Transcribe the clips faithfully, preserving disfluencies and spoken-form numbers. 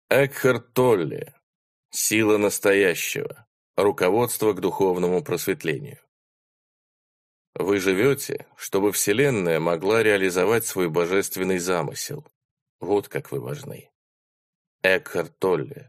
Экхарт Толле. Сила настоящего. Руководство к духовному просветлению. Вы живете, чтобы Вселенная могла реализовать свой божественный замысел. Вот как вы важны. Экхарт Толле.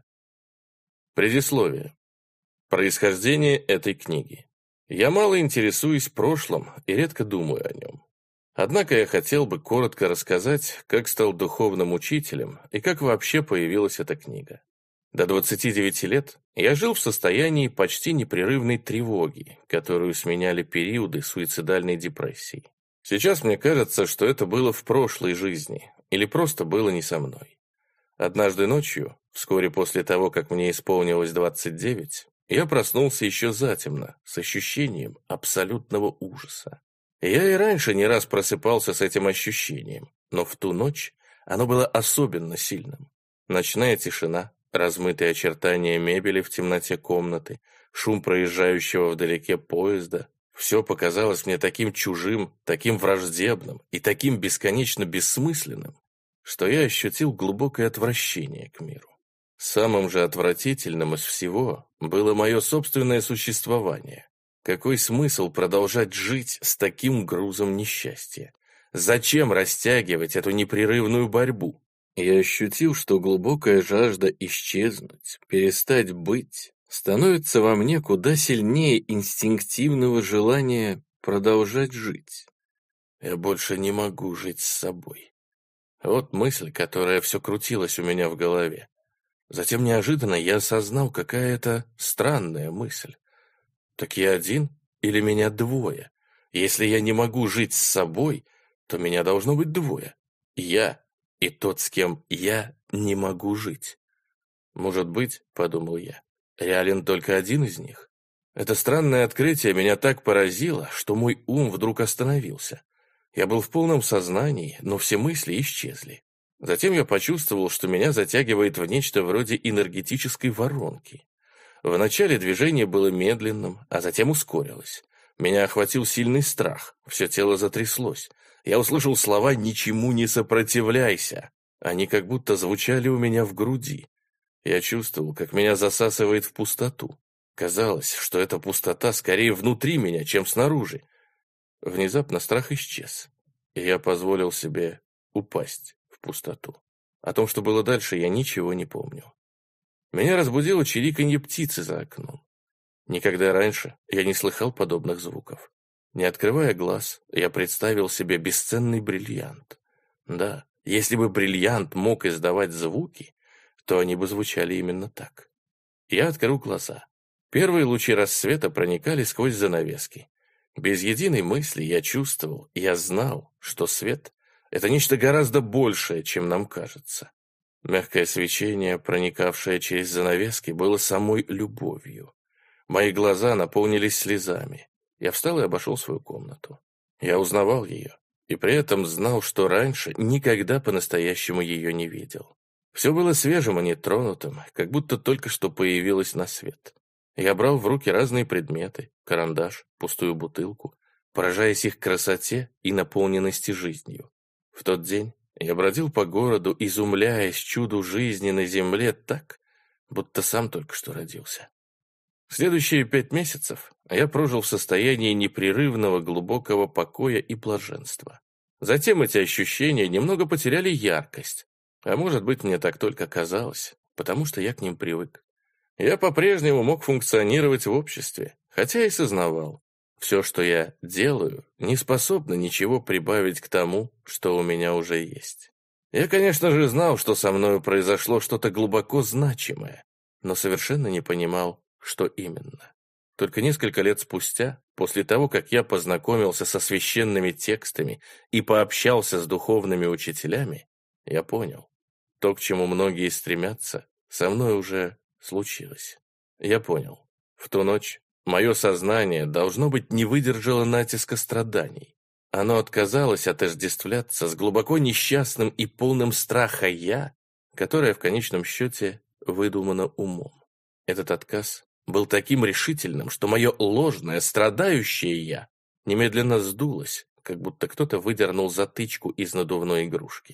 Предисловие. Происхождение этой книги. Я мало интересуюсь прошлым и редко думаю о нем. Однако я хотел бы коротко рассказать, как стал духовным учителем и как вообще появилась эта книга. До двадцати девяти лет я жил в состоянии почти непрерывной тревоги, которую сменяли периоды суицидальной депрессии. Сейчас мне кажется, что это было в прошлой жизни, или просто было не со мной. Однажды ночью, вскоре после того, как мне исполнилось двадцать девять, я проснулся еще затемно, с ощущением абсолютного ужаса. Я и раньше не раз просыпался с этим ощущением, но в ту ночь оно было особенно сильным. Ночная тишина, размытые очертания мебели в темноте комнаты, шум проезжающего вдалеке поезда — все показалось мне таким чужим, таким враждебным и таким бесконечно бессмысленным, что я ощутил глубокое отвращение к миру. Самым же отвратительным из всего было мое собственное существование. Какой смысл продолжать жить с таким грузом несчастья? Зачем растягивать эту непрерывную борьбу? Я ощутил, что глубокая жажда исчезнуть, перестать быть, становится во мне куда сильнее инстинктивного желания продолжать жить. Я больше не могу жить с собой. Вот мысль, которая все крутилась у меня в голове. Затем неожиданно я осознал, какая это странная мысль. Так я один или меня двое? Если я не могу жить с собой, то меня должно быть двое. Я и тот, с кем я не могу жить. Может быть, подумал я, реален только один из них? Это странное открытие меня так поразило, что мой ум вдруг остановился. Я был в полном сознании, но все мысли исчезли. Затем я почувствовал, что меня затягивает в нечто вроде энергетической воронки. Вначале движение было медленным, а затем ускорилось. Меня охватил сильный страх, все тело затряслось. Я услышал слова «ничему не сопротивляйся». Они как будто звучали у меня в груди. Я чувствовал, как меня засасывает в пустоту. Казалось, что эта пустота скорее внутри меня, чем снаружи. Внезапно страх исчез, и я позволил себе упасть в пустоту. О том, что было дальше, я ничего не помню. Меня разбудило чириканье птицы за окном. Никогда раньше я не слыхал подобных звуков. Не открывая глаз, я представил себе бесценный бриллиант. Да, если бы бриллиант мог издавать звуки, то они бы звучали именно так. Я открыл глаза. Первые лучи рассвета проникали сквозь занавески. Без единой мысли я чувствовал, я знал, что свет — это нечто гораздо большее, чем нам кажется. Мягкое свечение, проникавшее через занавески, было самой любовью. Мои глаза наполнились слезами. Я встал и обошел свою комнату. Я узнавал ее, и при этом знал, что раньше никогда по-настоящему ее не видел. Все было свежим и нетронутым, как будто только что появилось на свет. Я брал в руки разные предметы, карандаш, пустую бутылку, поражаясь их красоте и наполненности жизнью. В тот день я бродил по городу, изумляясь чуду жизни на земле так, будто сам только что родился. Следующие пять месяцев я прожил в состоянии непрерывного глубокого покоя и блаженства. Затем эти ощущения немного потеряли яркость, а может быть, мне так только казалось, потому что я к ним привык. Я по-прежнему мог функционировать в обществе, хотя и сознавал, все, что я делаю, не способно ничего прибавить к тому, что у меня уже есть. Я, конечно же, знал, что со мною произошло что-то глубоко значимое, но совершенно не понимал, что именно. Только несколько лет спустя, после того, как я познакомился со священными текстами и пообщался с духовными учителями, я понял, то, к чему многие стремятся, со мной уже случилось. Я понял, в ту ночь мое сознание, должно быть, не выдержало натиска страданий. Оно отказалось отождествляться с глубоко несчастным и полным страха «я», которое в конечном счете выдумано умом. Этот отказ был таким решительным, что мое ложное, страдающее «я» немедленно сдулось, как будто кто-то выдернул затычку из надувной игрушки.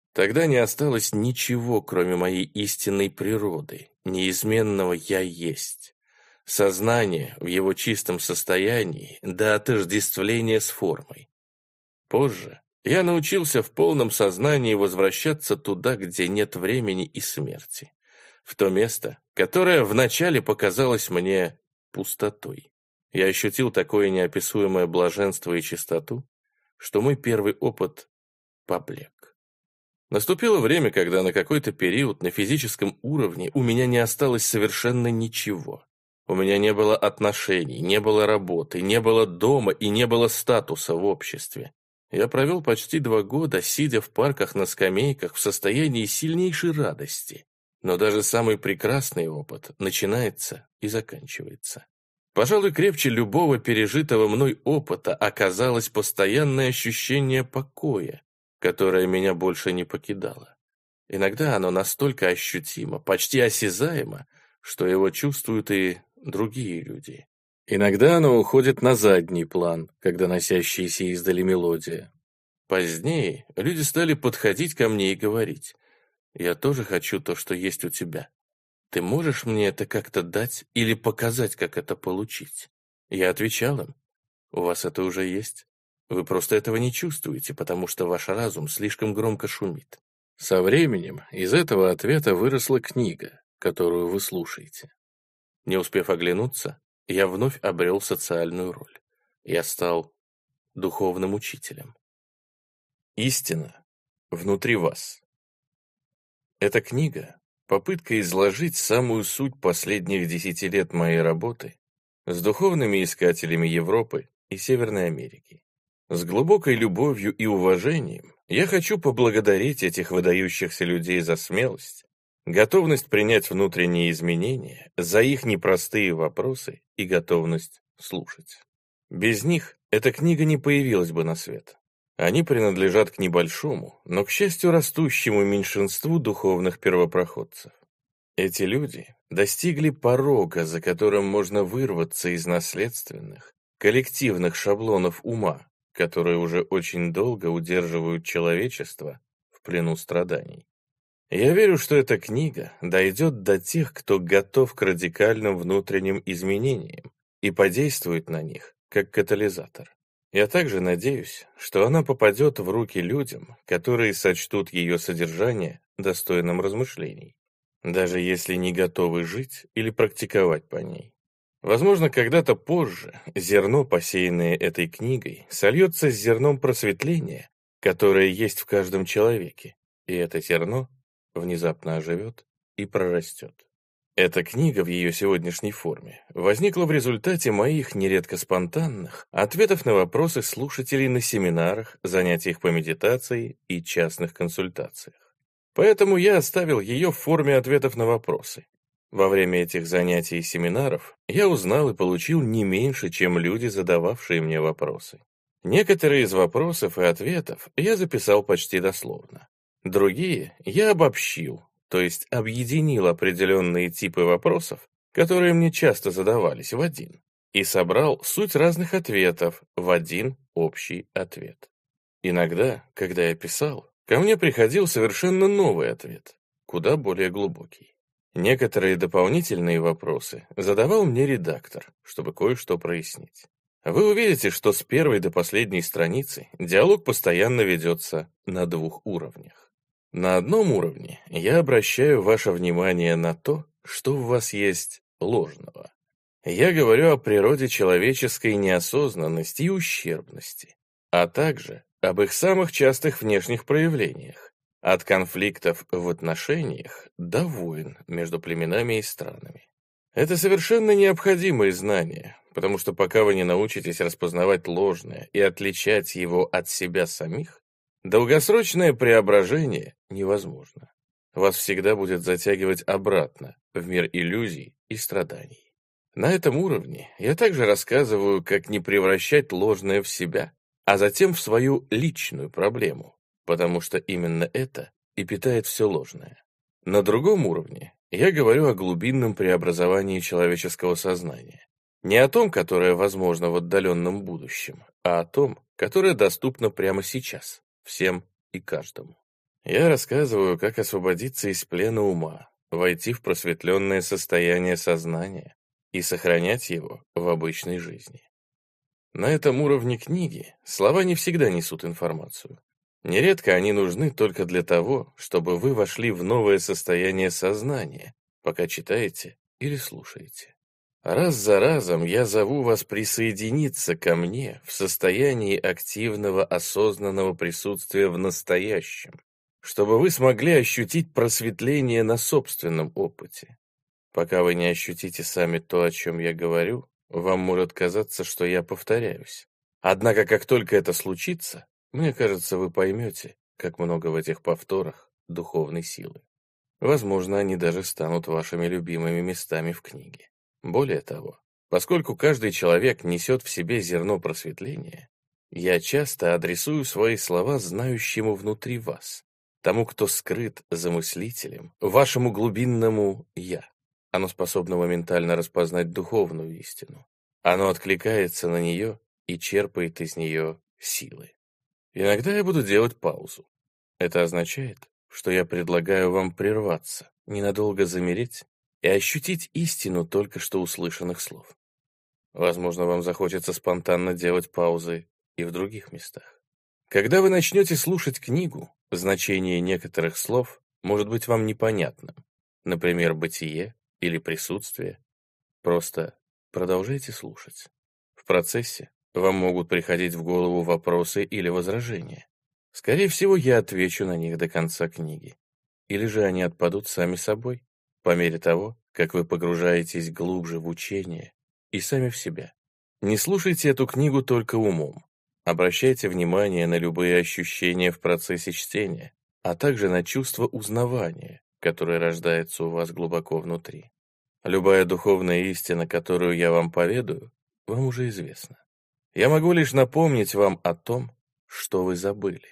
Тогда не осталось ничего, кроме моей истинной природы, неизменного «я есть». Сознание в его чистом состоянии до отождествления с формой. Позже я научился в полном сознании возвращаться туда, где нет времени и смерти, в то место, которое вначале показалось мне пустотой. Я ощутил такое неописуемое блаженство и чистоту, что мой первый опыт поблек. Наступило время, когда на какой-то период на физическом уровне у меня не осталось совершенно ничего. У меня не было отношений, не было работы, не было дома и не было статуса в обществе. Я провел почти два года, сидя в парках на скамейках в состоянии сильнейшей радости. Но даже самый прекрасный опыт начинается и заканчивается. Пожалуй, крепче любого пережитого мной опыта оказалось постоянное ощущение покоя, которое меня больше не покидало. Иногда оно настолько ощутимо, почти осязаемо, что его чувствуют и другие люди. Иногда оно уходит на задний план, когда носящаяся издали мелодия. Позднее люди стали подходить ко мне и говорить: «Я тоже хочу то, что есть у тебя. Ты можешь мне это как-то дать или показать, как это получить?» Я отвечал им: «У вас это уже есть. Вы просто этого не чувствуете, потому что ваш разум слишком громко шумит». Со временем из этого ответа выросла книга, которую вы слушаете. Не успев оглянуться, я вновь обрел социальную роль. Я стал духовным учителем. Истина внутри вас. Эта книга — попытка изложить самую суть последних десяти лет моей работы с духовными искателями Европы и Северной Америки. С глубокой любовью и уважением я хочу поблагодарить этих выдающихся людей за смелость, готовность принять внутренние изменения, за их непростые вопросы и готовность слушать. Без них эта книга не появилась бы на свет. Они принадлежат к небольшому, но, к счастью, растущему меньшинству духовных первопроходцев. Эти люди достигли порога, за которым можно вырваться из наследственных, коллективных шаблонов ума, которые уже очень долго удерживают человечество в плену страданий. Я верю, что эта книга дойдет до тех, кто готов к радикальным внутренним изменениям и подействует на них как катализатор. Я также надеюсь, что она попадет в руки людям, которые сочтут ее содержание достойным размышлений, даже если не готовы жить или практиковать по ней. Возможно, когда-то позже зерно, посеянное этой книгой, сольется с зерном просветления, которое есть в каждом человеке, и это зерно внезапно оживет и прорастет. Эта книга в ее сегодняшней форме возникла в результате моих, нередко спонтанных, ответов на вопросы слушателей на семинарах, занятиях по медитации и частных консультациях. Поэтому я оставил ее в форме ответов на вопросы. Во время этих занятий и семинаров я узнал и получил не меньше, чем люди, задававшие мне вопросы. Некоторые из вопросов и ответов я записал почти дословно. Другие я обобщил, то есть объединил определенные типы вопросов, которые мне часто задавались, в один, и собрал суть разных ответов в один общий ответ. Иногда, когда я писал, ко мне приходил совершенно новый ответ, куда более глубокий. Некоторые дополнительные вопросы задавал мне редактор, чтобы кое-что прояснить. Вы увидите, что с первой до последней страницы диалог постоянно ведется на двух уровнях. На одном уровне я обращаю ваше внимание на то, что в вас есть ложного. Я говорю о природе человеческой неосознанности и ущербности, а также об их самых частых внешних проявлениях, от конфликтов в отношениях до войн между племенами и странами. Это совершенно необходимые знания, потому что пока вы не научитесь распознавать ложное и отличать его от себя самих, долгосрочное преображение невозможно. Вас всегда будет затягивать обратно в мир иллюзий и страданий. На этом уровне я также рассказываю, как не превращать ложное в себя, а затем в свою личную проблему, потому что именно это и питает все ложное. На другом уровне я говорю о глубинном преобразовании человеческого сознания. Не о том, которое возможно в отдаленном будущем, а о том, которое доступно прямо сейчас, всем и каждому. Я рассказываю, как освободиться из плена ума, войти в просветленное состояние сознания и сохранять его в обычной жизни. На этом уровне книги слова не всегда несут информацию. Нередко они нужны только для того, чтобы вы вошли в новое состояние сознания, пока читаете или слушаете. Раз за разом я зову вас присоединиться ко мне в состоянии активного осознанного присутствия в настоящем, чтобы вы смогли ощутить просветление на собственном опыте. Пока вы не ощутите сами то, о чем я говорю, вам может казаться, что я повторяюсь. Однако, как только это случится, мне кажется, вы поймете, как много в этих повторах духовной силы. Возможно, они даже станут вашими любимыми местами в книге. Более того, поскольку каждый человек несет в себе зерно просветления, я часто адресую свои слова знающему внутри вас, тому, кто скрыт за мыслителем, вашему глубинному «я». Оно способно моментально распознать духовную истину. Оно откликается на нее и черпает из нее силы. Иногда я буду делать паузу. Это означает, что я предлагаю вам прерваться, ненадолго замереть и ощутить истину только что услышанных слов. Возможно, вам захочется спонтанно делать паузы и в других местах. Когда вы начнете слушать книгу, значение некоторых слов может быть вам непонятным, например, «бытие» или «присутствие». Просто продолжайте слушать. В процессе вам могут приходить в голову вопросы или возражения. Скорее всего, я отвечу на них до конца книги. Или же они отпадут сами собой, по мере того, как вы погружаетесь глубже в учение и сами в себя. Не слушайте эту книгу только умом. Обращайте внимание на любые ощущения в процессе чтения, а также на чувство узнавания, которое рождается у вас глубоко внутри. Любая духовная истина, которую я вам поведаю, вам уже известна. Я могу лишь напомнить вам о том, что вы забыли.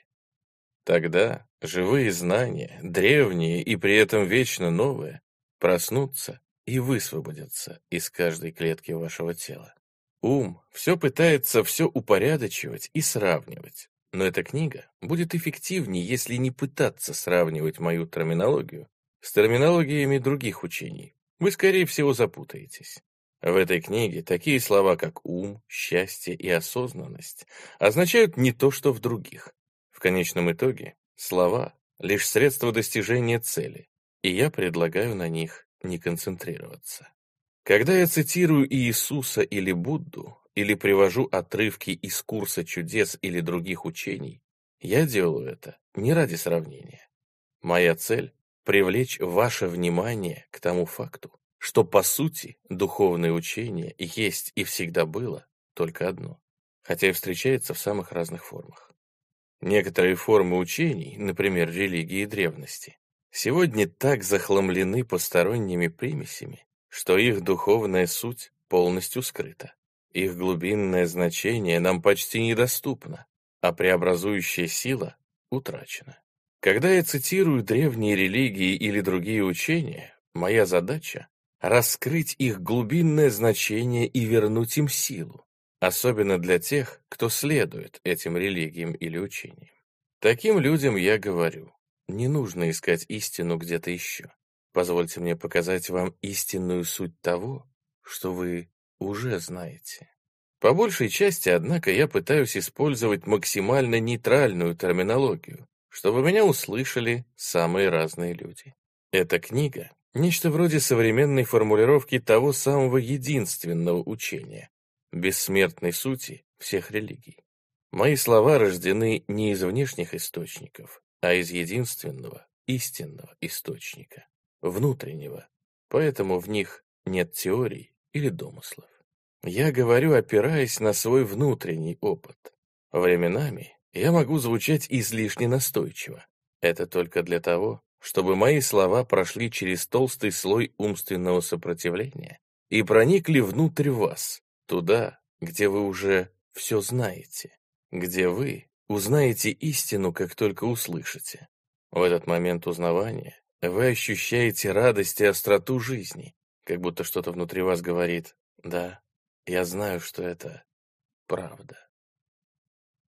Тогда живые знания, древние и при этом вечно новые, проснутся и высвободятся из каждой клетки вашего тела. Ум все пытается все упорядочивать и сравнивать, но эта книга будет эффективнее, если не пытаться сравнивать мою терминологию с терминологиями других учений. Вы, скорее всего, запутаетесь. В этой книге такие слова, как ум, счастье и осознанность, означают не то, что в других. В конечном итоге слова — лишь средство достижения цели, и я предлагаю на них не концентрироваться. Когда я цитирую Иисуса или Будду, или привожу отрывки из курса чудес или других учений, я делаю это не ради сравнения. Моя цель — привлечь ваше внимание к тому факту, что, по сути, духовное учение есть и всегда было только одно, хотя и встречается в самых разных формах. Некоторые формы учений, например, религии древности, сегодня так захламлены посторонними примесями, что их духовная суть полностью скрыта. Их глубинное значение нам почти недоступно, а преобразующая сила утрачена. Когда я цитирую древние религии или другие учения, моя задача — раскрыть их глубинное значение и вернуть им силу, особенно для тех, кто следует этим религиям или учениям. Таким людям я говорю, не нужно искать истину где-то еще. Позвольте мне показать вам истинную суть того, что вы уже знаете. По большей части, однако, я пытаюсь использовать максимально нейтральную терминологию, чтобы меня услышали самые разные люди. Эта книга — нечто вроде современной формулировки того самого единственного учения, бессмертной сути всех религий. Мои слова рождены не из внешних источников, а из единственного, истинного источника, внутреннего, поэтому в них нет теорий или домыслов. Я говорю, опираясь на свой внутренний опыт. Временами я могу звучать излишне настойчиво. Это только для того, чтобы мои слова прошли через толстый слой умственного сопротивления и проникли внутрь вас, туда, где вы уже все знаете, где вы узнаете истину, как только услышите. В этот момент узнавания вы ощущаете радость и остроту жизни, как будто что-то внутри вас говорит: «Да, я знаю, что это правда».